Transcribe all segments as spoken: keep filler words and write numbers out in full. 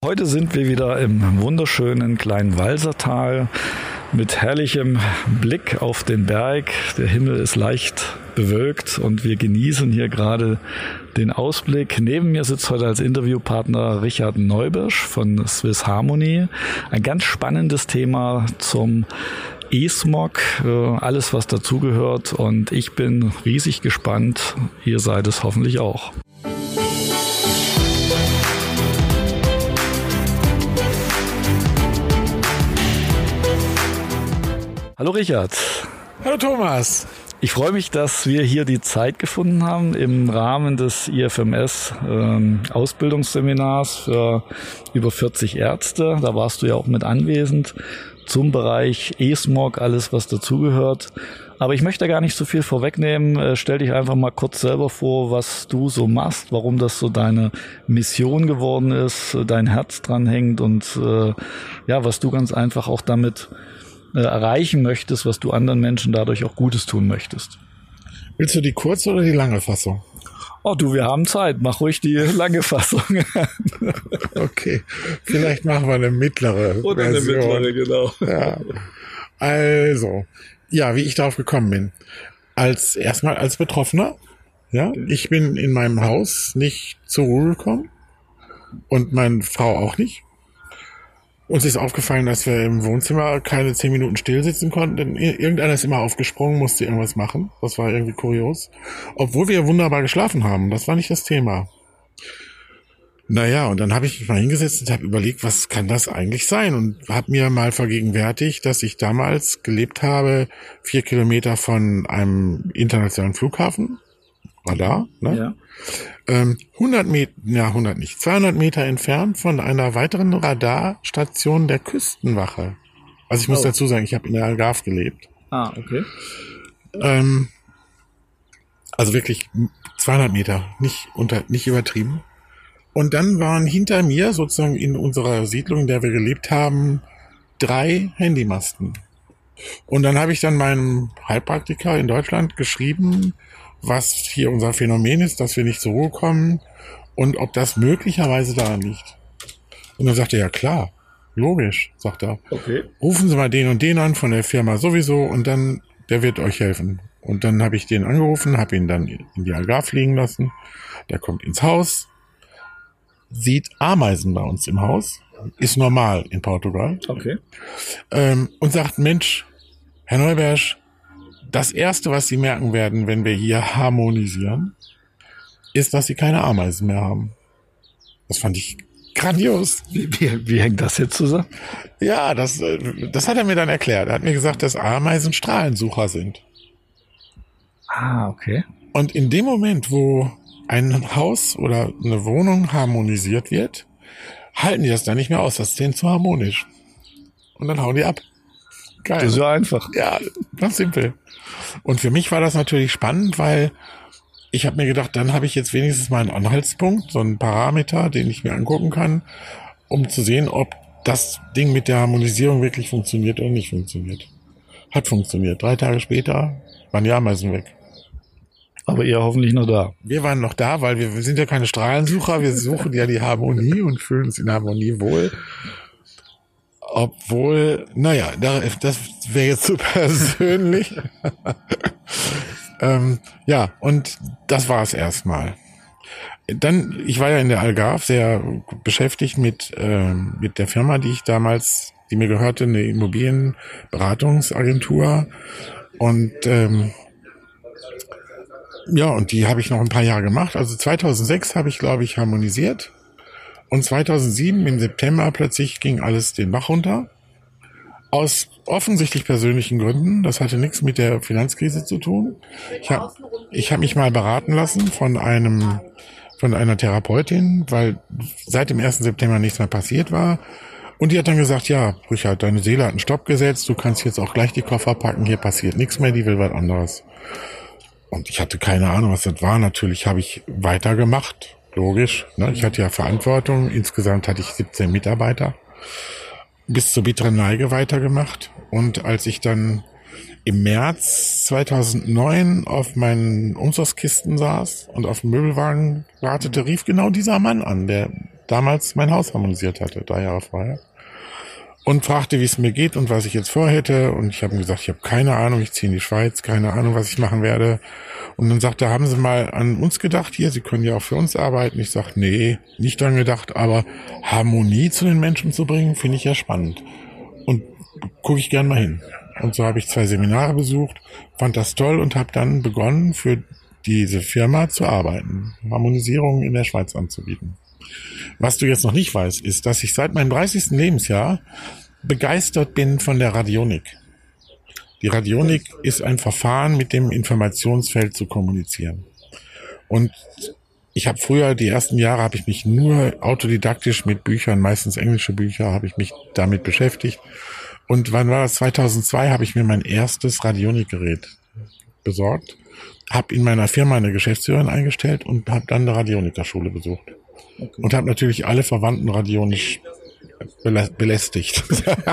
Heute sind wir wieder im wunderschönen kleinen Walsertal mit herrlichem Blick auf den Berg. Der Himmel ist leicht bewölkt und wir genießen hier gerade den Ausblick. Neben mir sitzt heute als Interviewpartner Richard Neubirsch von Swiss Harmony. Ein ganz spannendes Thema zum E-Smog, alles was dazugehört, und ich bin riesig gespannt. Ihr seid es hoffentlich auch. Hallo Richard. Hallo Thomas. Ich freue mich, dass wir hier die Zeit gefunden haben im Rahmen des I F M S ähm, Ausbildungsseminars für über vierzig Ärzte. Da warst du ja auch mit anwesend zum Bereich E-Smog, alles was dazugehört. Aber ich möchte gar nicht so viel vorwegnehmen. Äh, stell dich einfach mal kurz selber vor, was du so machst, warum das so deine Mission geworden ist, dein Herz dran hängt und äh, ja, was du ganz einfach auch damit erreichen möchtest, was du anderen Menschen dadurch auch Gutes tun möchtest. Willst du die kurze oder die lange Fassung? Oh du, wir haben Zeit. Mach ruhig die lange Fassung. Okay, vielleicht machen wir eine mittlere Oder Version. Eine mittlere, genau. Ja. Also, ja, wie ich darauf gekommen bin. Als erstmal als Betroffener. Ja, ich bin in meinem Haus nicht zur Ruhe gekommen und meine Frau auch nicht. Uns ist aufgefallen, dass wir im Wohnzimmer keine zehn Minuten still sitzen konnten, denn irgendeiner ist immer aufgesprungen, musste irgendwas machen. Das war irgendwie kurios. Obwohl wir wunderbar geschlafen haben, das war nicht das Thema. Naja, und dann habe ich mich mal hingesetzt und habe überlegt, was kann das eigentlich sein? Und habe mir mal vergegenwärtigt, dass ich damals gelebt habe, vier Kilometer von einem internationalen Flughafen. Radar, ne? Ja. Ähm, hundert Meter, ja, hundert nicht, zweihundert Meter entfernt von einer weiteren Radarstation der Küstenwache. Also ich muss oh. dazu sagen, ich habe in der Algarve gelebt. Ah, okay. Ähm, also wirklich zweihundert Meter, nicht unter, nicht übertrieben. Und dann waren hinter mir, sozusagen in unserer Siedlung, in der wir gelebt haben, drei Handymasten. Und dann habe ich dann meinem Heilpraktiker in Deutschland geschrieben, was hier unser Phänomen ist, dass wir nicht zur Ruhe kommen und ob das möglicherweise daran liegt. Und dann sagt er, ja klar, logisch, sagt er. Okay. Rufen Sie mal den und den an von der Firma sowieso und dann, der wird euch helfen. Und dann habe ich den angerufen, habe ihn dann in die Algarve fliegen lassen. Der kommt ins Haus, sieht Ameisen bei uns im Haus, ist normal in Portugal. Okay. Ähm, und sagt, Mensch, Herr Neubirsch, das Erste, was Sie merken werden, wenn wir hier harmonisieren, ist, dass Sie keine Ameisen mehr haben. Das fand ich grandios. Wie, wie, wie hängt das jetzt zusammen? Ja, das, das hat er mir dann erklärt. Er hat mir gesagt, dass Ameisen Strahlensucher sind. Ah, okay. Und in dem Moment, wo ein Haus oder eine Wohnung harmonisiert wird, halten die das dann nicht mehr aus. Das ist denen zu harmonisch. Und dann hauen die ab. Geil. Das ist so einfach. Ja, ganz simpel. Und für mich war das natürlich spannend, weil ich habe mir gedacht, dann habe ich jetzt wenigstens mal einen Anhaltspunkt, so einen Parameter, den ich mir angucken kann, um zu sehen, ob das Ding mit der Harmonisierung wirklich funktioniert oder nicht funktioniert. Hat funktioniert. Drei Tage später waren die Ameisen weg. Aber ihr hoffentlich noch da. Wir waren noch da, weil wir, wir sind ja keine Strahlensucher, wir suchen ja die Harmonie und fühlen uns in Harmonie wohl. Obwohl, naja, das wäre jetzt zu persönlich. ähm, ja, und das war es erstmal. Dann, ich war ja in der Algarve sehr beschäftigt mit ähm, mit der Firma, die ich damals, die mir gehörte, eine Immobilienberatungsagentur. Und ähm, ja, und die habe ich noch ein paar Jahre gemacht. Also zweitausendsechs habe ich, glaube ich, harmonisiert. Und zweitausendsieben im September plötzlich ging alles den Bach runter. Aus offensichtlich persönlichen Gründen. Das hatte nichts mit der Finanzkrise zu tun. Ich habe ich hab mich mal beraten lassen von einem von einer Therapeutin, weil seit dem ersten September nichts mehr passiert war. Und die hat dann gesagt, ja, Richard, deine Seele hat einen Stopp gesetzt. Du kannst jetzt auch gleich die Koffer packen. Hier passiert nichts mehr. Die will was anderes. Und ich hatte keine Ahnung, was das war. Natürlich habe ich weitergemacht. Logisch, ne? Ich hatte ja Verantwortung. Insgesamt hatte ich siebzehn Mitarbeiter. Bis zur bitteren Neige weitergemacht. Und als ich dann im März zweitausendneun auf meinen Umzugskisten saß und auf dem Möbelwagen wartete, rief genau dieser Mann an, der damals mein Haus harmonisiert hatte, drei Jahre vorher. Und fragte, wie es mir geht und was ich jetzt vorhätte. Und ich habe ihm gesagt, ich habe keine Ahnung, ich ziehe in die Schweiz, keine Ahnung, was ich machen werde. Und dann sagte er, haben Sie mal an uns gedacht hier? Sie können ja auch für uns arbeiten. Ich sage, nee, nicht dran gedacht, aber Harmonie zu den Menschen zu bringen, finde ich ja spannend. Und gucke ich gern mal hin. Und so habe ich zwei Seminare besucht, fand das toll und habe dann begonnen, für diese Firma zu arbeiten, Harmonisierung in der Schweiz anzubieten. Was du jetzt noch nicht weißt, ist, dass ich seit meinem dreißigsten Lebensjahr begeistert bin von der Radionik. Die Radionik ist ein Verfahren, mit dem Informationsfeld zu kommunizieren. Und ich habe früher, die ersten Jahre, habe ich mich nur autodidaktisch mit Büchern, meistens englische Bücher, habe ich mich damit beschäftigt. Und wann war das? zweitausendzwei habe ich mir mein erstes Radionikgerät besorgt, habe in meiner Firma eine Geschäftsführerin eingestellt und habe dann eine Radionikerschule besucht. Okay. Und habe natürlich alle Verwandten radionisch belä- belästigt.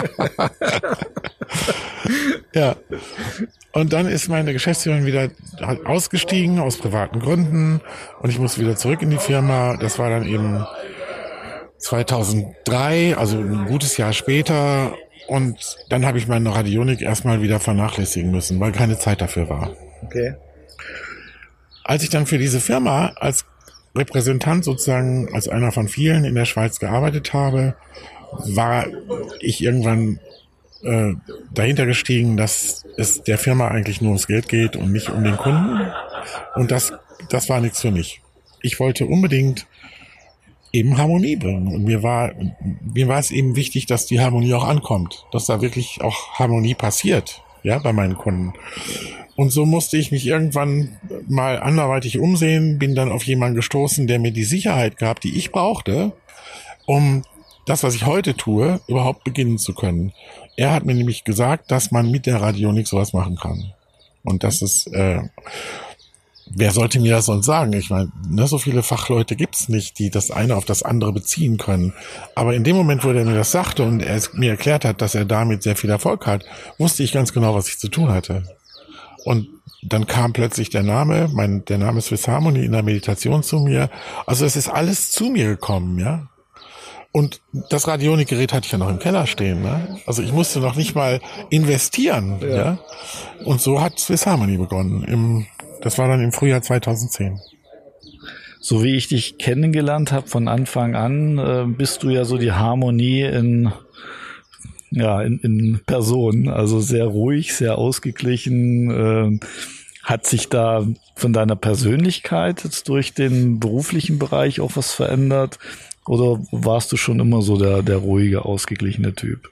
Ja. Und dann ist meine Geschäftsführerin wieder ausgestiegen aus privaten Gründen und ich musste wieder zurück in die Firma. Das war dann eben zweitausenddrei, also ein gutes Jahr später. Und dann habe ich meine Radionik erstmal wieder vernachlässigen müssen, weil keine Zeit dafür war. Okay. Als ich dann für diese Firma als Repräsentant sozusagen, als einer von vielen in der Schweiz gearbeitet habe, war ich irgendwann äh, dahinter gestiegen, dass es der Firma eigentlich nur ums Geld geht und nicht um den Kunden. Und das, das war nichts für mich. Ich wollte unbedingt eben Harmonie bringen. Und mir war, mir war es eben wichtig, dass die Harmonie auch ankommt, dass da wirklich auch Harmonie passiert, ja, bei meinen Kunden. Und so musste ich mich irgendwann mal anderweitig umsehen, bin dann auf jemanden gestoßen, der mir die Sicherheit gab, die ich brauchte, um das, was ich heute tue, überhaupt beginnen zu können. Er hat mir nämlich gesagt, dass man mit der Radionik sowas machen kann. Und das ist, äh, wer sollte mir das sonst sagen? Ich meine, ne, so viele Fachleute gibt's nicht, die das eine auf das andere beziehen können. Aber in dem Moment, wo er mir das sagte und er es mir erklärt hat, dass er damit sehr viel Erfolg hat, wusste ich ganz genau, was ich zu tun hatte. Und dann kam plötzlich der Name, mein, der Name Swiss Harmony in der Meditation zu mir. Also es ist alles zu mir gekommen, ja. Und das Radionikgerät hatte ich ja noch im Keller stehen, ne? Also ich musste noch nicht mal investieren, ja. ja? Und so hat Swiss Harmony begonnen. Im, das war dann im Frühjahr zweitausendzehn. So wie ich dich kennengelernt habe von Anfang an, äh, bist du ja so die Harmonie in ja in, in Person, also sehr ruhig, sehr ausgeglichen. Äh, hat sich da von deiner Persönlichkeit jetzt durch den beruflichen Bereich auch was verändert? Oder warst du schon immer so der, der ruhige, ausgeglichene Typ?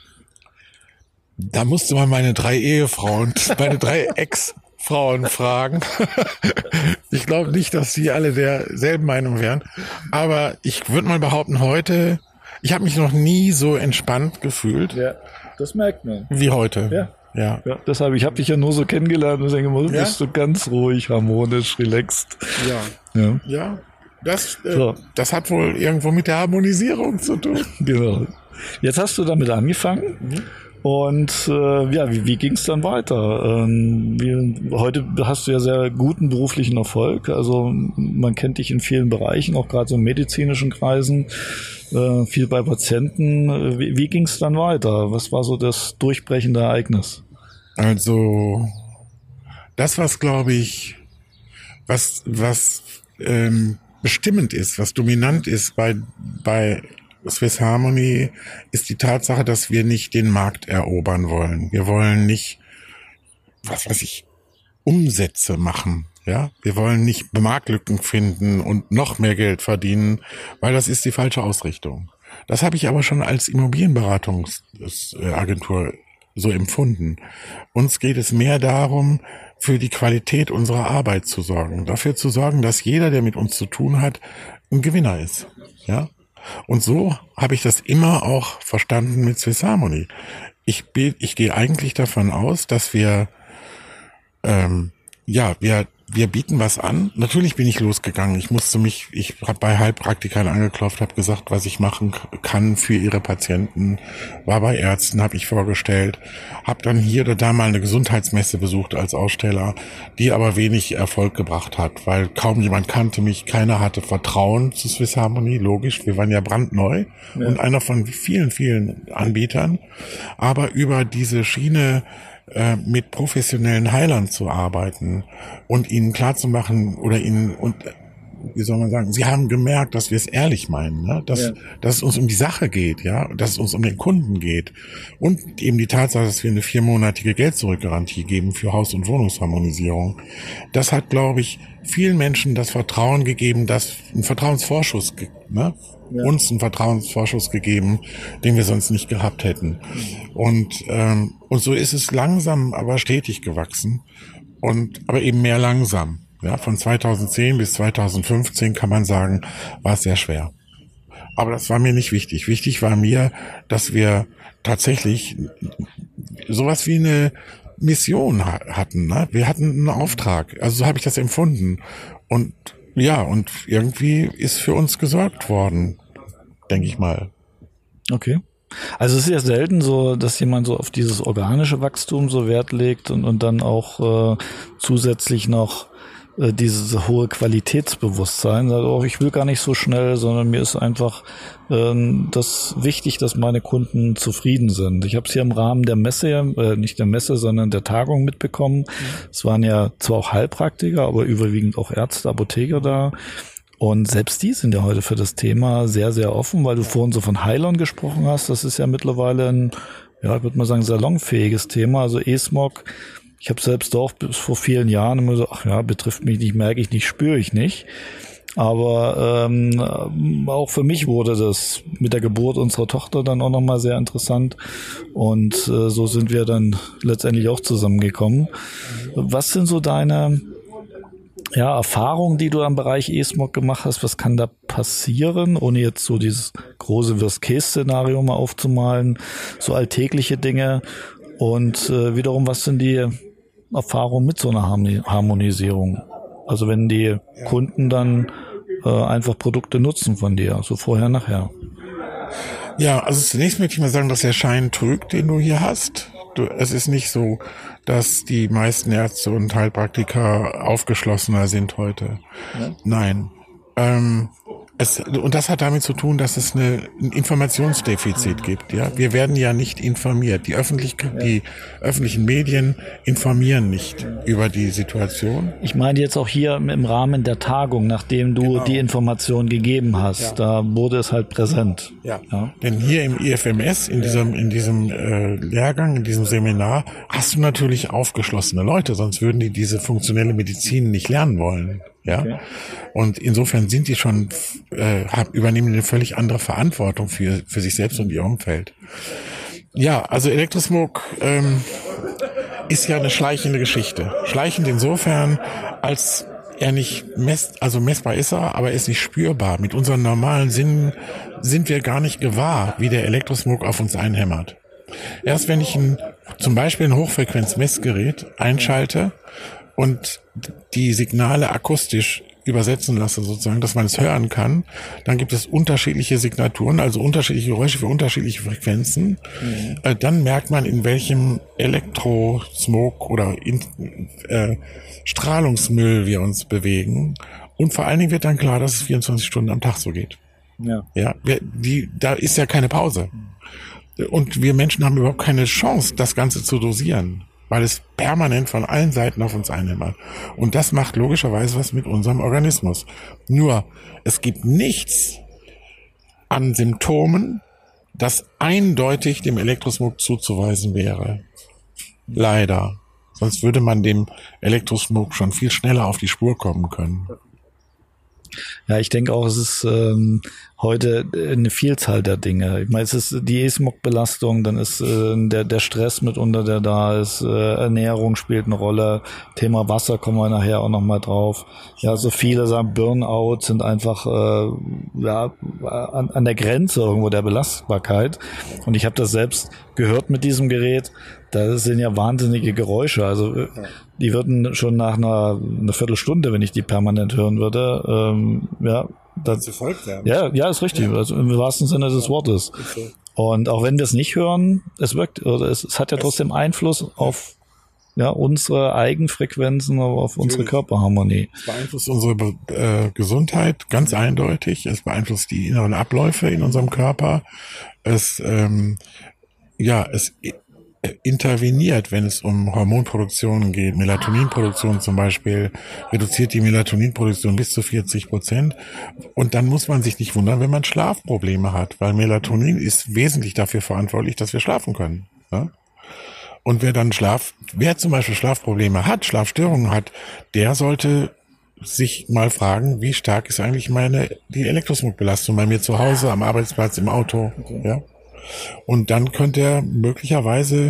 Da musste man meine drei Ehefrauen, meine drei Ex-Frauen fragen. Ich glaube nicht, dass sie alle derselben Meinung wären. Aber ich würde mal behaupten, heute, ich habe mich noch nie so entspannt gefühlt. Ja, das merkt man. Wie heute. Ja. Ja. ja, deshalb, ich habe dich ja nur so kennengelernt und denke, du ja? bist so ganz ruhig, harmonisch, relaxed. Ja. Ja. Ja. Das, äh, so. das hat wohl irgendwo mit der Harmonisierung zu tun. Genau. Jetzt hast du damit angefangen. Mhm. Und äh, ja, wie, wie ging es dann weiter? Ähm, wie, heute hast du ja sehr guten beruflichen Erfolg. Also man kennt dich in vielen Bereichen, auch gerade so in medizinischen Kreisen, äh, viel bei Patienten. Wie, wie ging es dann weiter? Was war so das durchbrechende Ereignis? Also das, was glaube ich, was was ähm, bestimmend ist, was dominant ist bei bei Swiss Harmony, ist die Tatsache, dass wir nicht den Markt erobern wollen. Wir wollen nicht, was weiß ich, Umsätze machen. Ja, wir wollen nicht Marktlücken finden und noch mehr Geld verdienen, weil das ist die falsche Ausrichtung. Das habe ich aber schon als Immobilienberatungsagentur so empfunden. Uns geht es mehr darum, für die Qualität unserer Arbeit zu sorgen, dafür zu sorgen, dass jeder, der mit uns zu tun hat, ein Gewinner ist. Ja. Und so habe ich das immer auch verstanden mit Swiss Harmony. Ich, ich gehe eigentlich davon aus, dass wir ähm, Ja, wir wir bieten was an. Natürlich bin ich losgegangen. Ich musste mich, ich habe bei Heilpraktikern angeklopft, habe gesagt, was ich machen kann für ihre Patienten. War bei Ärzten, habe ich vorgestellt. Habe dann hier oder da mal eine Gesundheitsmesse besucht als Aussteller, die aber wenig Erfolg gebracht hat, weil kaum jemand kannte mich. Keiner hatte Vertrauen zu Swiss Harmony, logisch. Wir waren ja brandneu ja. und einer von vielen, vielen Anbietern. Aber über diese Schiene mit professionellen Heilern zu arbeiten und ihnen klarzumachen oder ihnen, und wie soll man sagen, sie haben gemerkt, dass wir es ehrlich meinen, ne? dass, ja. dass es uns um die Sache geht, ja, dass es uns um den Kunden geht und eben die Tatsache, dass wir eine viermonatige Geld-Zurück-Garantie geben für Haus- und Wohnungsharmonisierung. Das hat, glaube ich, vielen Menschen das Vertrauen gegeben, dass ein Vertrauensvorschuss, ne? Ja. uns einen Vertrauensvorschuss gegeben, den wir sonst nicht gehabt hätten. Und ähm, und so ist es langsam, aber stetig gewachsen und aber eben mehr langsam. Ja, von zweitausendzehn bis zweitausendfünfzehn kann man sagen, war es sehr schwer. Aber das war mir nicht wichtig. Wichtig war mir, dass wir tatsächlich sowas wie eine Mission hatten. Ne? Wir hatten einen Auftrag. Also so habe ich das empfunden. Und ja, und irgendwie ist für uns gesorgt worden, denke ich mal. Okay. Also es ist ja selten so, dass jemand so auf dieses organische Wachstum so Wert legt und, und dann auch äh, zusätzlich noch äh, dieses hohe Qualitätsbewusstsein. Sagt, oh, ich will gar nicht so schnell, sondern mir ist einfach äh, das wichtig, dass meine Kunden zufrieden sind. Ich habe es hier im Rahmen der Messe, äh, nicht der Messe, sondern der Tagung mitbekommen. Es waren ja zwar auch Heilpraktiker, aber überwiegend auch Ärzte, Apotheker da. Und selbst die sind ja heute für das Thema sehr, sehr offen, weil du vorhin so von Heilern gesprochen hast. Das ist ja mittlerweile ein, ja, ich würde mal sagen, salonfähiges Thema. Also E-Smog, ich habe selbst auch bis vor vielen Jahren immer so, ach ja, betrifft mich nicht, merke ich nicht, spüre ich nicht. Aber ähm, auch für mich wurde das mit der Geburt unserer Tochter dann auch nochmal sehr interessant. Und äh, so sind wir dann letztendlich auch zusammengekommen. Was sind so deine ja, Erfahrungen, die du am Bereich E-Smog gemacht hast? Was kann da passieren, ohne jetzt so dieses große Worst-Case-Szenario mal aufzumalen? So alltägliche Dinge. Und äh, wiederum, was sind die Erfahrungen mit so einer Harmonisierung? Also wenn die Kunden dann äh, einfach Produkte nutzen von dir, so vorher, nachher. Ja, also zunächst möchte ich mal sagen, dass der Schein trügt, den du hier hast. Du, es ist nicht so, dass die meisten Ärzte und Heilpraktiker aufgeschlossener sind heute. Ja. Nein. Ähm, es, und das hat damit zu tun, dass es eine, ein Informationsdefizit gibt. Ja, wir werden ja nicht informiert. Die Öffentlichkeit, ja. die öffentlichen Medien informieren nicht ja. über die Situation. Ich meine jetzt auch hier im Rahmen der Tagung, nachdem du genau. die Information gegeben hast, ja. da wurde es halt präsent. Ja. ja. Denn hier im I F M S, in ja. diesem in diesem äh, Lehrgang, in diesem Seminar, hast du natürlich aufgeschlossene Leute, sonst würden die diese funktionelle Medizin nicht lernen wollen. Ja, okay. Und insofern sind die schon, äh, übernehmen eine völlig andere Verantwortung für für sich selbst und ihr Umfeld. Ja, also Elektrosmog ähm, ist ja eine schleichende Geschichte. Schleichend insofern, als er nicht mess, also messbar ist er, aber er ist nicht spürbar. Mit unseren normalen Sinnen sind wir gar nicht gewahr, wie der Elektrosmog auf uns einhämmert. Erst wenn ich ein, zum Beispiel ein Hochfrequenz-Messgerät einschalte und die Signale akustisch übersetzen lasse, sozusagen, dass man es hören kann, dann gibt es unterschiedliche Signaturen, also unterschiedliche Geräusche für unterschiedliche Frequenzen. Mhm. Äh, dann merkt man, in welchem Elektrosmog oder in, äh, Strahlungsmüll wir uns bewegen. Und vor allen Dingen wird dann klar, dass es vierundzwanzig Stunden am Tag so geht. Ja. Ja, wir, die, da ist ja keine Pause. Und wir Menschen haben überhaupt keine Chance, das Ganze zu dosieren, weil es permanent von allen Seiten auf uns einhämmert. Und das macht logischerweise was mit unserem Organismus. Nur, es gibt nichts an Symptomen, das eindeutig dem Elektrosmog zuzuweisen wäre. Leider. Sonst würde man dem Elektrosmog schon viel schneller auf die Spur kommen können. Ja, ich denke auch, es ist ähm, heute eine Vielzahl der Dinge. Ich meine, es ist die E-Smog-Belastung, dann ist äh, der der Stress mitunter, der da ist, äh, Ernährung spielt eine Rolle, Thema Wasser kommen wir nachher auch nochmal drauf. Ja, so viele sagen, Burnout sind einfach äh, ja an, an der Grenze irgendwo der Belastbarkeit. Und ich habe das selbst gehört mit diesem Gerät. Das sind ja wahnsinnige Geräusche. Also die würden schon nach einer, einer Viertelstunde, wenn ich die permanent hören würde, ähm, ja, das verfolgt werden. Ja, ja, ist richtig. Ja. Also im wahrsten Sinne des Wortes. Okay. Und auch wenn wir es nicht hören, es wirkt, oder es, es hat ja trotzdem Einfluss auf ja unsere Eigenfrequenzen, auf unsere Körperharmonie. Es beeinflusst unsere äh, Gesundheit ganz eindeutig. Es beeinflusst die inneren Abläufe in unserem Körper. Es ähm, ja, es interveniert, wenn es um Hormonproduktion geht, Melatoninproduktion zum Beispiel, reduziert die Melatoninproduktion bis zu vierzig Prozent. Und dann muss man sich nicht wundern, wenn man Schlafprobleme hat, weil Melatonin ist wesentlich dafür verantwortlich, dass wir schlafen können. Ja? Und wer dann Schlaf, wer zum Beispiel Schlafprobleme hat, Schlafstörungen hat, der sollte sich mal fragen, wie stark ist eigentlich meine, die Elektrosmogbelastung bei mir zu Hause, am Arbeitsplatz, im Auto, okay. Ja? Und dann könnte er möglicherweise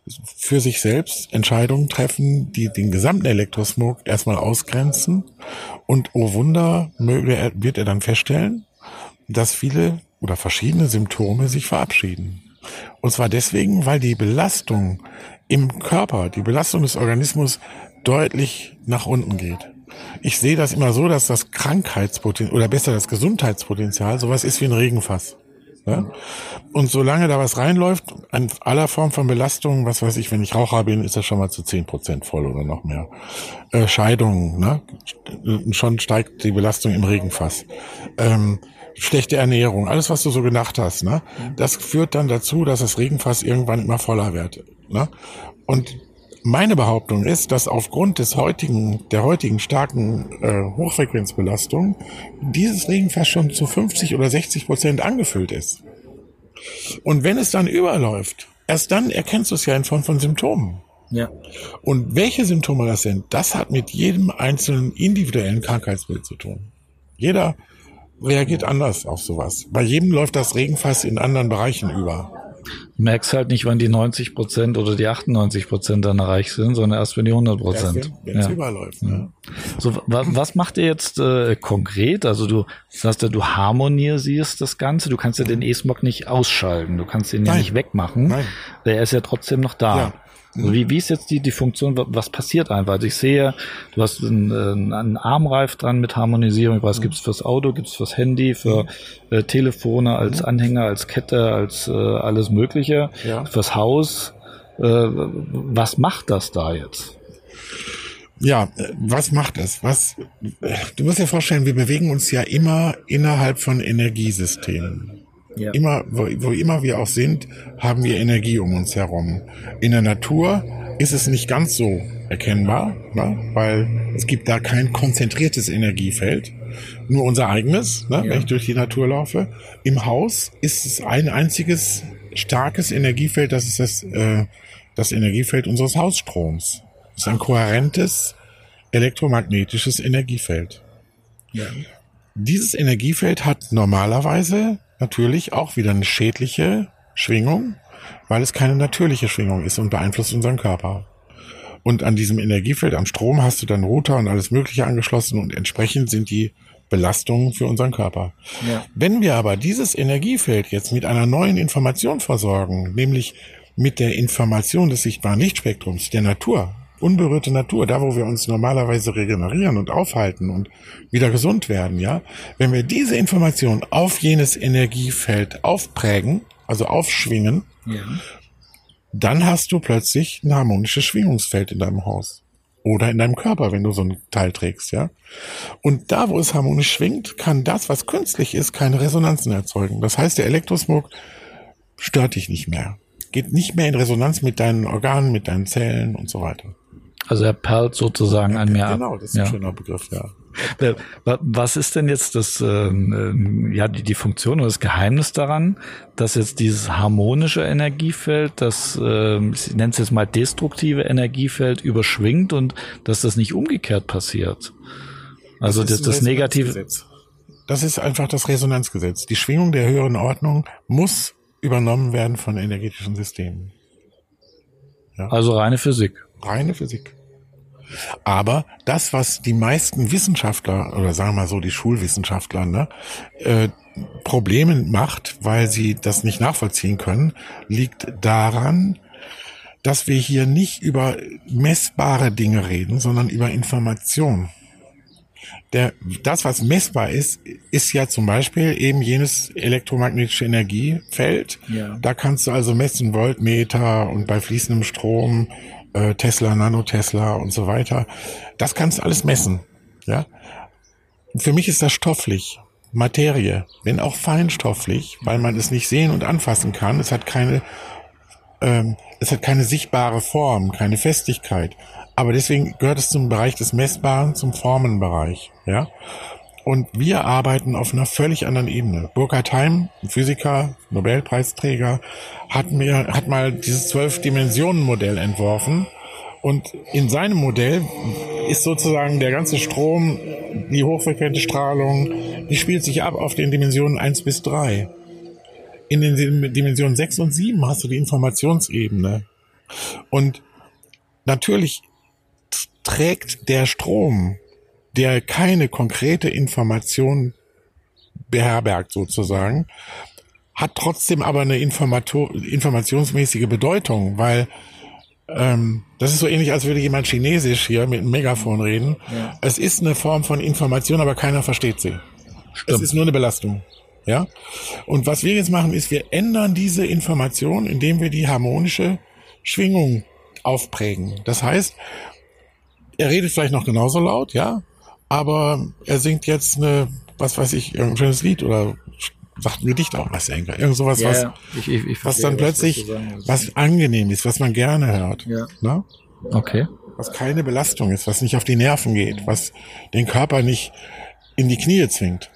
für sich selbst Entscheidungen treffen, die den gesamten Elektrosmog erstmal ausgrenzen. Und oh Wunder, wird er dann feststellen, dass viele oder verschiedene Symptome sich verabschieden. Und zwar deswegen, weil die Belastung im Körper, die Belastung des Organismus deutlich nach unten geht. Ich sehe das immer so, dass das Krankheitspotenzial, oder besser das Gesundheitspotenzial, sowas ist wie ein Regenfass. Ja? Und solange da was reinläuft, an aller Form von Belastung, was weiß ich, wenn ich Raucher bin, ist das schon mal zu zehn Prozent voll oder noch mehr. Äh, Scheidungen, ne? Schon steigt die Belastung im Regenfass. Ähm, schlechte Ernährung, alles, was du so gedacht hast, ne? Das führt dann dazu, dass das Regenfass irgendwann immer voller wird. Ne? Und meine Behauptung ist, dass aufgrund des heutigen, der heutigen starken äh, Hochfrequenzbelastung dieses Regenfass schon zu fünfzig oder sechzig Prozent angefüllt ist. Und wenn es dann überläuft, erst dann erkennst du es ja in Form von Symptomen. Ja. Und welche Symptome das sind, das hat mit jedem einzelnen individuellen Krankheitsbild zu tun. Jeder reagiert anders auf sowas. Bei jedem läuft das Regenfass in anderen Bereichen über. Du merkst halt nicht, wann die neunzig Prozent oder die achtundneunzig Prozent dann erreicht sind, sondern erst wenn die hundert Prozent. Wenn es ja. überläuft. Ja. Ja. So, wa- was macht ihr jetzt äh, konkret? Also du sagst ja, du harmonisierst das Ganze. Du kannst ja den E-Smog nicht ausschalten. Du kannst ihn ja Nein. nicht wegmachen. Nein. Er ist ja trotzdem noch da. Ja. Also wie, wie ist jetzt die, die Funktion, was passiert einfach? Also ich sehe, du hast einen, einen Armreif dran mit Harmonisierung. Ich weiß, gibt's fürs Auto, gibt's fürs Handy, für äh, Telefone, als Anhänger, als Kette, als äh, alles Mögliche, ja. fürs Haus. Äh, was macht das da jetzt? Ja, was macht es? Was? Du musst dir vorstellen, wir bewegen uns ja immer innerhalb von Energiesystemen. Ja. Immer, wo, wo immer wir auch sind, haben wir Energie um uns herum. In der Natur ist es nicht ganz so erkennbar, ne? Weil es gibt da kein konzentriertes Energiefeld, nur unser eigenes, ne? Ja. Wenn ich durch die Natur laufe. Im Haus ist es ein einziges starkes Energiefeld, das ist das, äh, das Energiefeld unseres Hausstroms. Das ist ein kohärentes elektromagnetisches Energiefeld. Ja. Dieses Energiefeld hat normalerweise natürlich auch wieder eine schädliche Schwingung, weil es keine natürliche Schwingung ist und beeinflusst unseren Körper. Und an diesem Energiefeld, am Strom, hast du dann Router und alles Mögliche angeschlossen und entsprechend sind die Belastungen für unseren Körper. Ja. Wenn wir aber dieses Energiefeld jetzt mit einer neuen Information versorgen, nämlich mit der Information des sichtbaren Lichtspektrums, der Natur, unberührte Natur, da wo wir uns normalerweise regenerieren und aufhalten und wieder gesund werden, ja. Wenn wir diese Information auf jenes Energiefeld aufprägen, also aufschwingen, ja. Dann hast du plötzlich ein harmonisches Schwingungsfeld in deinem Haus. Oder in deinem Körper, wenn du so ein Teil trägst, ja. Und da, wo es harmonisch schwingt, kann das, was künstlich ist, keine Resonanzen erzeugen. Das heißt, der Elektrosmog stört dich nicht mehr. Geht nicht mehr in Resonanz mit deinen Organen, mit deinen Zellen und so weiter. Also er perlt sozusagen ja, an mir ab. Genau, das ist ja. ein schöner Begriff, ja. Was ist denn jetzt das, ähm, ja, die, die Funktion oder das Geheimnis daran, dass jetzt dieses harmonische Energiefeld, das, ähm, ich nenne es jetzt mal destruktive Energiefeld überschwingt und dass das nicht umgekehrt passiert? Also das, das, das negative. Das ist einfach das Resonanzgesetz. Die Schwingung der höheren Ordnung muss übernommen werden von energetischen Systemen. Ja. Also reine Physik. Reine Physik. Aber das, was die meisten Wissenschaftler, oder sagen wir mal so die Schulwissenschaftler, ne, äh, Probleme macht, weil sie das nicht nachvollziehen können, liegt daran, dass wir hier nicht über messbare Dinge reden, sondern über Information. Der, das, was messbar ist, ist ja zum Beispiel eben jenes elektromagnetische Energiefeld. Ja. Da kannst du also messen, Voltmeter und bei fließendem Strom, äh, Tesla, Nanotesla und so weiter. Das kannst du alles messen. Ja. Für mich ist das stofflich, Materie, wenn auch feinstofflich, weil man es nicht sehen und anfassen kann. Es hat keine, ähm, es hat keine sichtbare Form, keine Festigkeit. Aber deswegen gehört es zum Bereich des Messbaren, zum Formenbereich, ja. Und wir arbeiten auf einer völlig anderen Ebene. Burkhard Heim, Physiker, Nobelpreisträger, hat mir, hat mal dieses Zwölf-Dimensionen-Modell entworfen. Und in seinem Modell ist sozusagen der ganze Strom, die hochfrequente Strahlung, die spielt sich ab auf den Dimensionen eins bis drei. In den Dimensionen sechs und sieben hast du die Informationsebene. Und natürlich trägt der Strom, der keine konkrete Information beherbergt sozusagen, hat trotzdem aber eine Informato- informationsmäßige Bedeutung, weil ähm, das ist so ähnlich, als würde jemand Chinesisch hier mit einem Megafon reden. Ja. Es ist eine Form von Information, aber keiner versteht sie. Stimmt. Es ist nur eine Belastung. Ja. Und was wir jetzt machen, ist, wir ändern diese Information, indem wir die harmonische Schwingung aufprägen. Das heißt, er redet vielleicht noch genauso laut, ja, aber er singt jetzt eine, was weiß ich, irgendein schönes Lied oder sagt ein Gedicht auch, was Enker, irgend sowas, ja, was, ja. Ich, ich, ich was dann plötzlich, was, was angenehm ist, was man gerne hört. Ja. Ne? Okay. Was keine Belastung ist, was nicht auf die Nerven geht, was den Körper nicht in die Knie zwingt.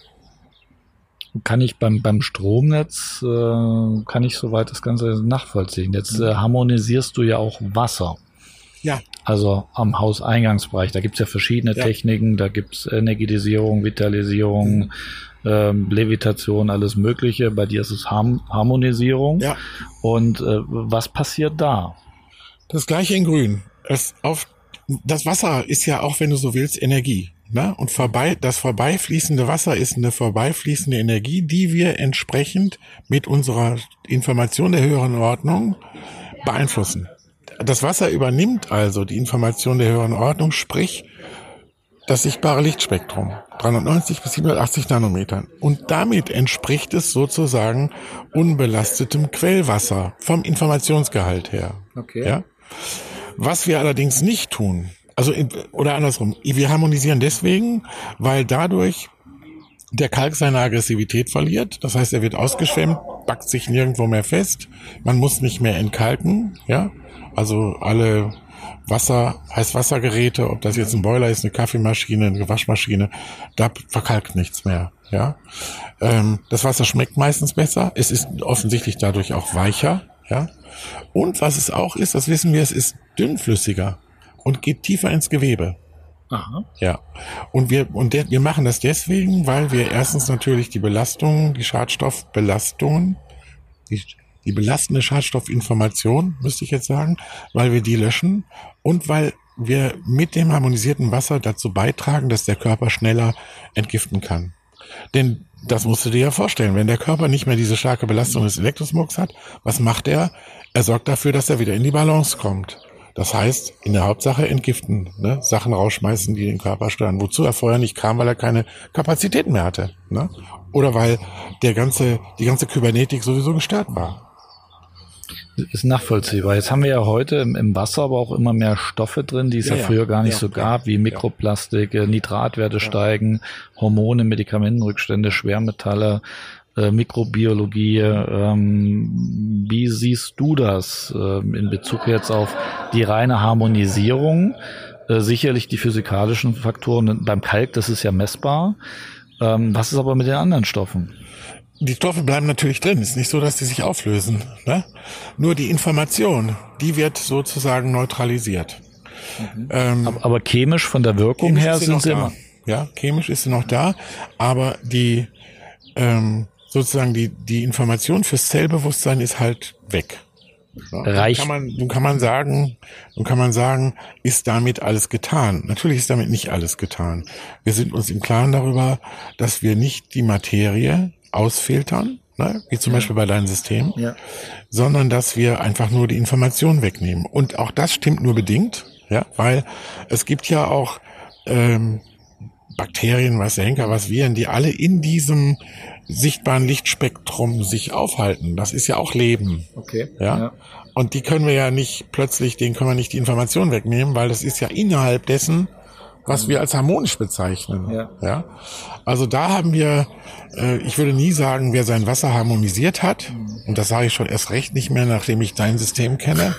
Kann ich beim beim Stromnetz, äh, kann ich soweit das Ganze nachvollziehen. Jetzt äh, harmonisierst du ja auch Wasser. Ja. Also am Hauseingangsbereich, da gibt's ja verschiedene ja. Techniken, da gibt's Energetisierung, Vitalisierung, mhm. ähm, Levitation, alles Mögliche. Bei dir ist es Ham- Harmonisierung. Ja. Und äh, was passiert da? Das gleiche in Grün. Es auf, das Wasser ist ja auch, wenn du so willst, Energie. Ne? Und vorbei, das vorbeifließende Wasser ist eine vorbeifließende Energie, die wir entsprechend mit unserer Information der höheren Ordnung beeinflussen. Das Wasser übernimmt also die Information der höheren Ordnung, sprich das sichtbare Lichtspektrum, dreihundertneunzig bis siebenhundertachtzig Nanometern. Und damit entspricht es sozusagen unbelastetem Quellwasser vom Informationsgehalt her. Okay. Ja? Was wir allerdings nicht tun, also in, oder andersrum, wir harmonisieren deswegen, weil dadurch der Kalk seine Aggressivität verliert. Das heißt, er wird ausgeschwemmt, backt sich nirgendwo mehr fest. Man muss nicht mehr entkalken, ja. Also alle Wasser, Heißwassergeräte, ob das jetzt ein Boiler ist, eine Kaffeemaschine, eine Waschmaschine, da verkalkt nichts mehr, ja. Ähm, das Wasser schmeckt meistens besser. Es ist offensichtlich dadurch auch weicher, ja. Und was es auch ist, das wissen wir, es ist dünnflüssiger und geht tiefer ins Gewebe. Aha. Ja. Und wir, und de- wir machen das deswegen, weil wir erstens natürlich die Belastungen, die Schadstoffbelastungen, die Die belastende Schadstoffinformation, müsste ich jetzt sagen, weil wir die löschen und weil wir mit dem harmonisierten Wasser dazu beitragen, dass der Körper schneller entgiften kann. Denn das musst du dir ja vorstellen, wenn der Körper nicht mehr diese starke Belastung des Elektrosmogs hat, was macht er? Er sorgt dafür, dass er wieder in die Balance kommt. Das heißt, in der Hauptsache entgiften, ne? Sachen rausschmeißen, die den Körper stören. Wozu er vorher nicht kam, weil er keine Kapazitäten mehr hatte, ne? Oder weil der ganze, die ganze Kybernetik sowieso gestört war. Ist nachvollziehbar. Jetzt haben wir ja heute im, im Wasser aber auch immer mehr Stoffe drin, die es ja, ja früher gar nicht ja, so gab, wie Mikroplastik, ja. Nitratwerte ja. steigen, Hormone, Medikamentenrückstände, Schwermetalle, äh, Mikrobiologie. Ähm, wie siehst du das äh, in Bezug jetzt auf die reine Harmonisierung? Äh, sicherlich die physikalischen Faktoren beim Kalk, das ist ja messbar. Ähm, was ist aber mit den anderen Stoffen? Die Stoffe bleiben natürlich drin. Es ist nicht so, dass die sich auflösen, ne? Nur die Information, die wird sozusagen neutralisiert. Mhm. Ähm, aber, aber chemisch von der Wirkung her sind sie immer. ja, chemisch ist sie noch da, aber die ähm, sozusagen die die Information fürs Zellbewusstsein ist halt weg. Ja, Reicht. Nun kann man, nun kann man sagen, nun kann man sagen, ist damit alles getan? Natürlich ist damit nicht alles getan. Wir sind uns im Klaren darüber, dass wir nicht die Materie ausfiltern, ne, wie zum ja. Beispiel bei deinem System, ja. sondern dass wir einfach nur die Information wegnehmen. Und auch das stimmt nur bedingt, ja, weil es gibt ja auch ähm, Bakterien, was der Henker, was Viren, die alle in diesem sichtbaren Lichtspektrum sich aufhalten. Das ist ja auch Leben. Okay. Ja? ja. Und die können wir ja nicht plötzlich, denen können wir nicht die Information wegnehmen, weil das ist ja innerhalb dessen, was wir als harmonisch bezeichnen. Ja. ja. Also da haben wir, äh, ich würde nie sagen, wer sein Wasser harmonisiert hat, und das sage ich schon erst recht nicht mehr, nachdem ich dein System kenne.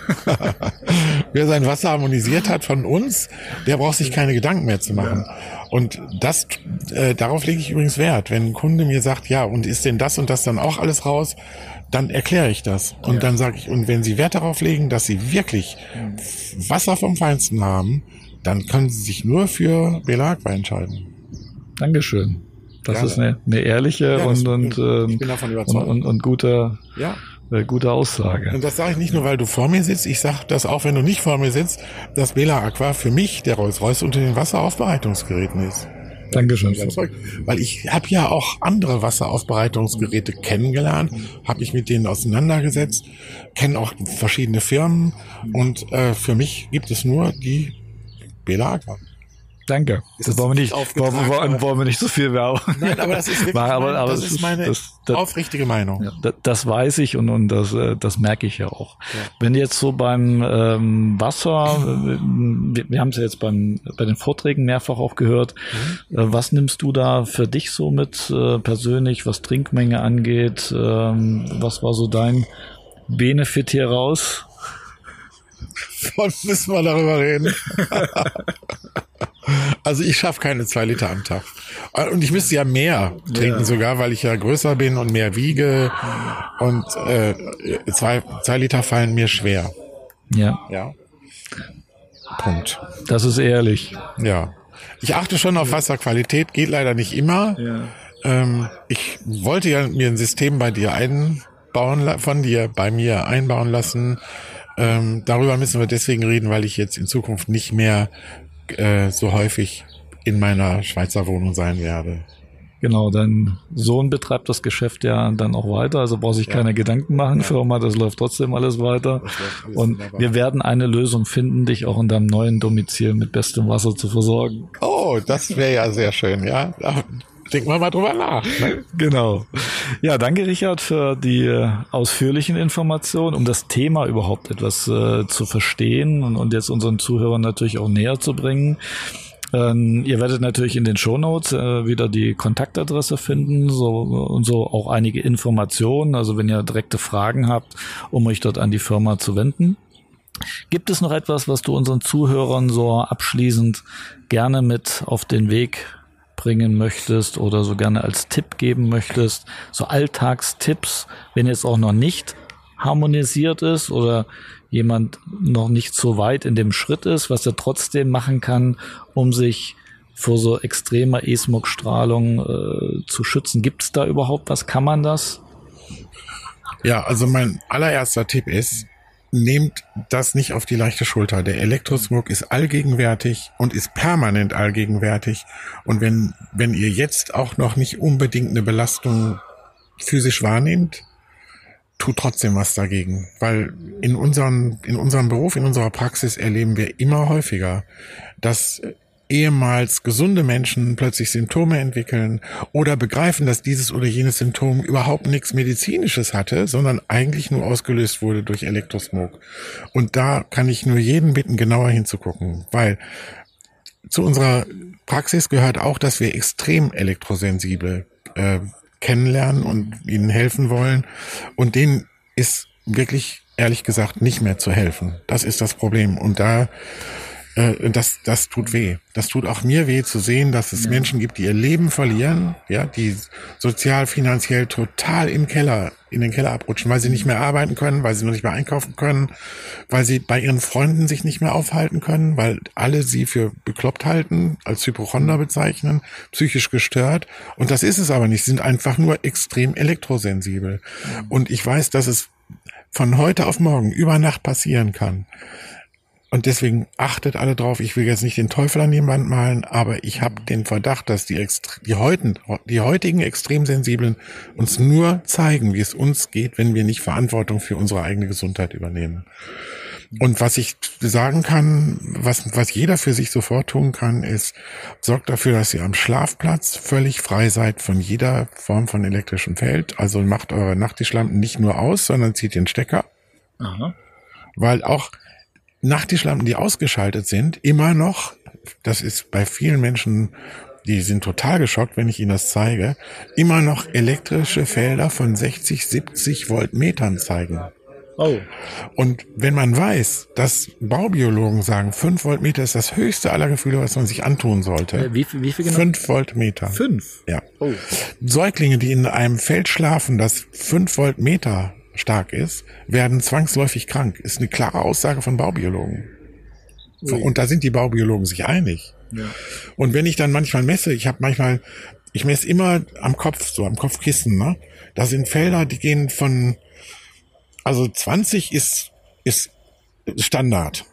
Wer sein Wasser harmonisiert hat von uns, der braucht sich keine Gedanken mehr zu machen. Und das, äh, darauf lege ich übrigens Wert. Wenn ein Kunde mir sagt, ja, und ist denn das und das dann auch alles raus, dann erkläre ich das. Und ja. dann sage ich, und wenn Sie Wert darauf legen, dass Sie wirklich Wasser vom Feinsten haben, dann können Sie sich nur für Bela Aqua entscheiden. Dankeschön. Das Gerne. ist eine, eine ehrliche ja, und, und, ähm, ich bin davon überzeugt. und, und, und gute, ja. äh, gute Aussage. Und das sage ich nicht nur, weil du vor mir sitzt. Ich sage das auch, wenn du nicht vor mir sitzt, dass Bela Aqua für mich der Rolls-Royce unter den Wasseraufbereitungsgeräten ist. Dankeschön. Weil ich habe ja auch andere Wasseraufbereitungsgeräte kennengelernt, habe mich mit denen auseinandergesetzt, kenne auch verschiedene Firmen und äh, für mich gibt es nur die Bela Aqua. Danke. Das, das wollen wir nicht, wollen, wollen, wollen wir nicht so viel Werbung. Nein, aber das ist wirklich War, aber, meine, aber das ist meine das, das, aufrichtige Meinung. Ja, das, das weiß ich und, und das, das merke ich ja auch. Ja. Wenn jetzt so beim ähm, Wasser, wir, wir haben es ja jetzt beim, bei den Vorträgen mehrfach auch gehört, mhm. äh, was nimmst du da für dich so mit äh, persönlich, was Trinkmenge angeht? Ähm, was war so dein Benefit hier raus? Von müssen wir darüber reden. Also ich schaffe keine zwei Liter am Tag. Und ich müsste ja mehr trinken ja. sogar, weil ich ja größer bin und mehr wiege. Und äh, zwei, zwei Liter fallen mir schwer. Ja. Ja. Punkt. Das ist ehrlich. Ja. Ich achte schon auf Wasserqualität, geht leider nicht immer. Ja. Ähm, ich wollte ja mir ein System bei dir einbauen, von dir bei mir einbauen lassen. Ähm, darüber müssen wir deswegen reden, weil ich jetzt in Zukunft nicht mehr äh, so häufig in meiner Schweizer Wohnung sein werde. Genau, dein Sohn betreibt das Geschäft ja dann auch weiter, also braucht sich ja. keine Gedanken machen, ja. Firma, das läuft trotzdem alles weiter. Alles Und wunderbar. Wir werden eine Lösung finden, dich auch in deinem neuen Domizil mit bestem Wasser zu versorgen. Oh, das wäre ja sehr schön, ja. Denken wir mal drüber nach. Ne? Genau. Ja, danke Richard für die äh, ausführlichen Informationen, um das Thema überhaupt etwas äh, zu verstehen und, und jetzt unseren Zuhörern natürlich auch näher zu bringen. Ähm, ihr werdet natürlich in den Shownotes äh, wieder die Kontaktadresse finden, so und so auch einige Informationen, also wenn ihr direkte Fragen habt, um euch dort an die Firma zu wenden. Gibt es noch etwas, was du unseren Zuhörern so abschließend gerne mit auf den Weg bringen möchtest oder so gerne als Tipp geben möchtest, so Alltagstipps, wenn jetzt auch noch nicht harmonisiert ist oder jemand noch nicht so weit in dem Schritt ist, was er trotzdem machen kann, um sich vor so extremer E-Smog-Strahlung äh, zu schützen. Gibt es da überhaupt was? Kann man das? Ja, also mein allererster Tipp ist, nehmt das nicht auf die leichte Schulter. Der Elektrosmog ist allgegenwärtig und ist permanent allgegenwärtig. Und wenn, wenn ihr jetzt auch noch nicht unbedingt eine Belastung physisch wahrnehmt, tut trotzdem was dagegen. Weil in unserem, in unserem Beruf, in unserer Praxis erleben wir immer häufiger, dass ehemals gesunde Menschen plötzlich Symptome entwickeln oder begreifen, dass dieses oder jenes Symptom überhaupt nichts Medizinisches hatte, sondern eigentlich nur ausgelöst wurde durch Elektrosmog. Und da kann ich nur jeden bitten, genauer hinzugucken, weil zu unserer Praxis gehört auch, dass wir extrem elektrosensibel äh, kennenlernen und ihnen helfen wollen. Und denen ist wirklich, ehrlich gesagt, nicht mehr zu helfen. Das ist das Problem. Und da Äh, das, das tut weh. Das tut auch mir weh zu sehen, dass es ja. Menschen gibt, die ihr Leben verlieren, ja, die sozial, finanziell total im Keller, in den Keller abrutschen, weil sie nicht mehr arbeiten können, weil sie noch nicht mehr einkaufen können, weil sie bei ihren Freunden sich nicht mehr aufhalten können, weil alle sie für bekloppt halten, als Hypochonder bezeichnen, psychisch gestört. Und das ist es aber nicht. Sie sind einfach nur extrem elektrosensibel. Ja. Und ich weiß, dass es von heute auf morgen über Nacht passieren kann. Und deswegen achtet alle drauf. Ich will jetzt nicht den Teufel an die Wand malen, aber ich habe den Verdacht, dass die, die, heutigen, die heutigen Extremsensiblen uns nur zeigen, wie es uns geht, wenn wir nicht Verantwortung für unsere eigene Gesundheit übernehmen. Und was ich sagen kann, was, was jeder für sich sofort tun kann, ist, sorgt dafür, dass ihr am Schlafplatz völlig frei seid von jeder Form von elektrischem Feld. Also macht eure Nachttischlampen nicht nur aus, sondern zieht den Stecker. Aha. Weil auch Nachttischlampen, die ausgeschaltet sind, immer noch, das ist bei vielen Menschen, die sind total geschockt, wenn ich ihnen das zeige, immer noch elektrische Felder von sechzig, siebzig Voltmetern zeigen. Oh. Und wenn man weiß, dass Baubiologen sagen, fünf Voltmeter ist das höchste aller Gefühle, was man sich antun sollte. Äh, wie, wie viel genau? fünf Voltmeter. fünf? Ja. Oh. Säuglinge, die in einem Feld schlafen, das fünf Voltmeter stark ist, werden zwangsläufig krank. Ist eine klare Aussage von Baubiologen. Ui. Und da sind die Baubiologen sich einig. Ja. Und wenn ich dann manchmal messe, ich habe manchmal, ich messe immer am Kopf, so am Kopfkissen, ne? Da sind Felder, die gehen von, also zwanzig ist, ist Standard.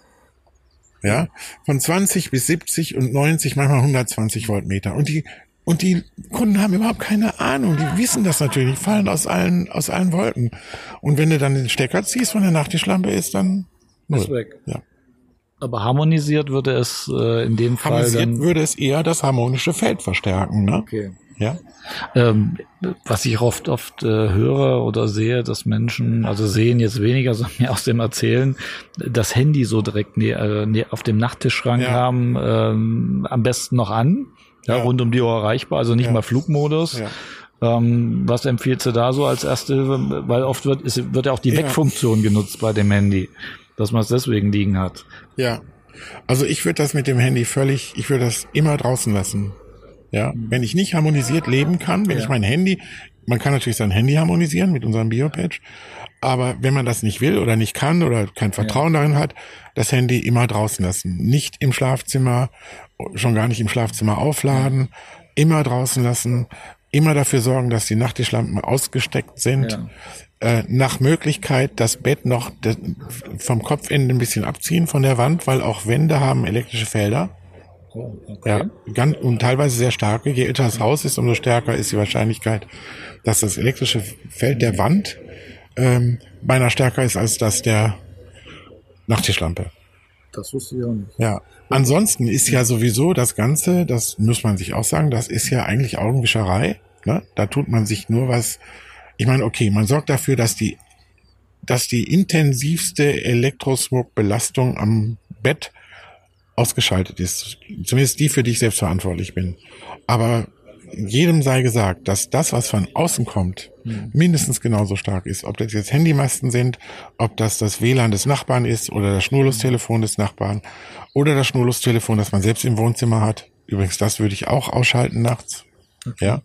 Ja? Von zwanzig bis siebzig und neunzig, manchmal hundertzwanzig Voltmeter. Und die Und die Kunden haben überhaupt keine Ahnung. Die wissen das natürlich. Die fallen aus allen, aus allen Wolken. Und wenn du dann den Stecker ziehst von der Nachttischlampe, ist dann null. Ist weg. Ja. Aber harmonisiert würde es äh, in dem Fall harmonisiert dann... würde es eher das harmonische Feld verstärken, ne? Okay. Ja. Ähm, was ich oft, oft äh, höre oder sehe, dass Menschen, also sehen jetzt weniger, sondern mehr aus dem Erzählen, das Handy so direkt ne, äh, ne, auf dem Nachttischschrank ja. haben, ähm, am besten noch an. Ja, ja, rund um die Uhr erreichbar, also nicht ja. mal Flugmodus. Ja. Ähm, was empfiehlst du da so als erste Hilfe? Weil oft wird, ist, wird ja auch die ja. Weckfunktion genutzt bei dem Handy, dass man es deswegen liegen hat. Ja, also ich würde das mit dem Handy völlig, ich würde das immer draußen lassen. Ja, mhm. Wenn ich nicht harmonisiert leben kann, wenn ja. ich mein Handy, man kann natürlich sein Handy harmonisieren mit unserem Biopatch, aber wenn man das nicht will oder nicht kann oder kein Vertrauen ja. darin hat, das Handy immer draußen lassen. Nicht im Schlafzimmer, schon gar nicht im Schlafzimmer aufladen, immer draußen lassen, immer dafür sorgen, dass die Nachttischlampen ausgesteckt sind. Ja. Äh, nach Möglichkeit das Bett noch de- vom Kopfende ein bisschen abziehen von der Wand, weil auch Wände haben elektrische Felder. Oh, okay. Ja, ganz, und teilweise sehr starke. Je älter das Haus ist, umso stärker ist die Wahrscheinlichkeit, dass das elektrische Feld der Wand ähm, beinahe stärker ist als das der Nachttischlampe. Das wusste ich auch nicht. Ja. Ansonsten ist ja sowieso das Ganze, das muss man sich auch sagen, das ist ja eigentlich Augenwischerei. Ne? Da tut man sich nur was. Ich meine, okay, man sorgt dafür, dass die, dass die intensivste Elektrosmog-Belastung am Bett ausgeschaltet ist. Zumindest die, für die ich selbst verantwortlich bin. Aber jedem sei gesagt, dass das, was von außen kommt, mhm. mindestens genauso stark ist. Ob das jetzt Handymasten sind, ob das das W L A N des Nachbarn ist oder das Schnurlustelefon des Nachbarn oder das Schnurlustelefon, das man selbst im Wohnzimmer hat. Übrigens, das würde ich auch ausschalten nachts. Okay. Ja.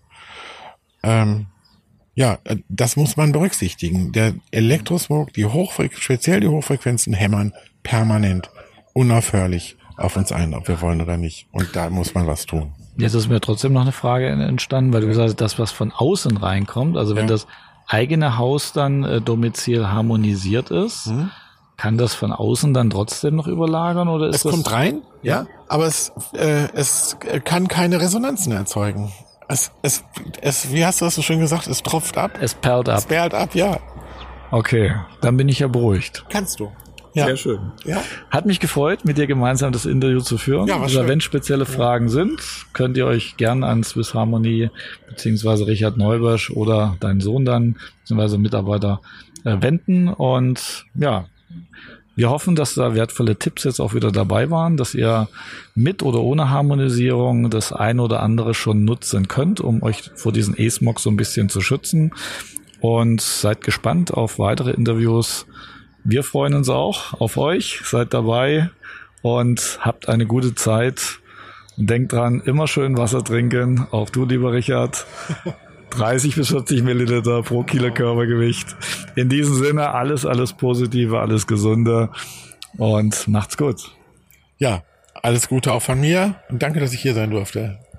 Ähm, ja, das muss man berücksichtigen. Der Elektrosmog, die Hochfrequenzen, speziell die Hochfrequenzen hämmern permanent, unaufhörlich auf uns ein, ob wir wollen oder nicht. Und da muss man was tun. Jetzt ist mir trotzdem noch eine Frage entstanden, weil du gesagt hast, das, was von außen reinkommt, also wenn ja. das eigene Haus dann äh, Domizil harmonisiert ist, mhm. kann das von außen dann trotzdem noch überlagern oder ist es das? Es kommt rein, ja, aber es äh, es kann keine Resonanzen erzeugen. Es es es wie hast du das so schön gesagt? Es tropft ab. Es perlt ab. Es perlt ab, ja. Okay, dann bin ich ja beruhigt. Kannst du. Ja. Sehr schön. Ja. Hat mich gefreut, mit dir gemeinsam das Interview zu führen. Ja, also, wenn spezielle ja. Fragen sind, könnt ihr euch gerne an Swiss Harmony beziehungsweise Richard Neubersch oder deinen Sohn dann, beziehungsweise Mitarbeiter äh, wenden. Und ja, wir hoffen, dass da wertvolle Tipps jetzt auch wieder dabei waren, dass ihr mit oder ohne Harmonisierung das ein oder andere schon nutzen könnt, um euch vor diesen E-Smog so ein bisschen zu schützen. Und seid gespannt auf weitere Interviews. Wir freuen uns auch auf euch, seid dabei und habt eine gute Zeit. Und denkt dran, immer schön Wasser trinken. Auch du, lieber Richard. dreißig bis vierzig Milliliter pro Kilo Körpergewicht. In diesem Sinne alles, alles Positive, alles Gesunde und macht's gut. Ja, alles Gute auch von mir und danke, dass ich hier sein durfte.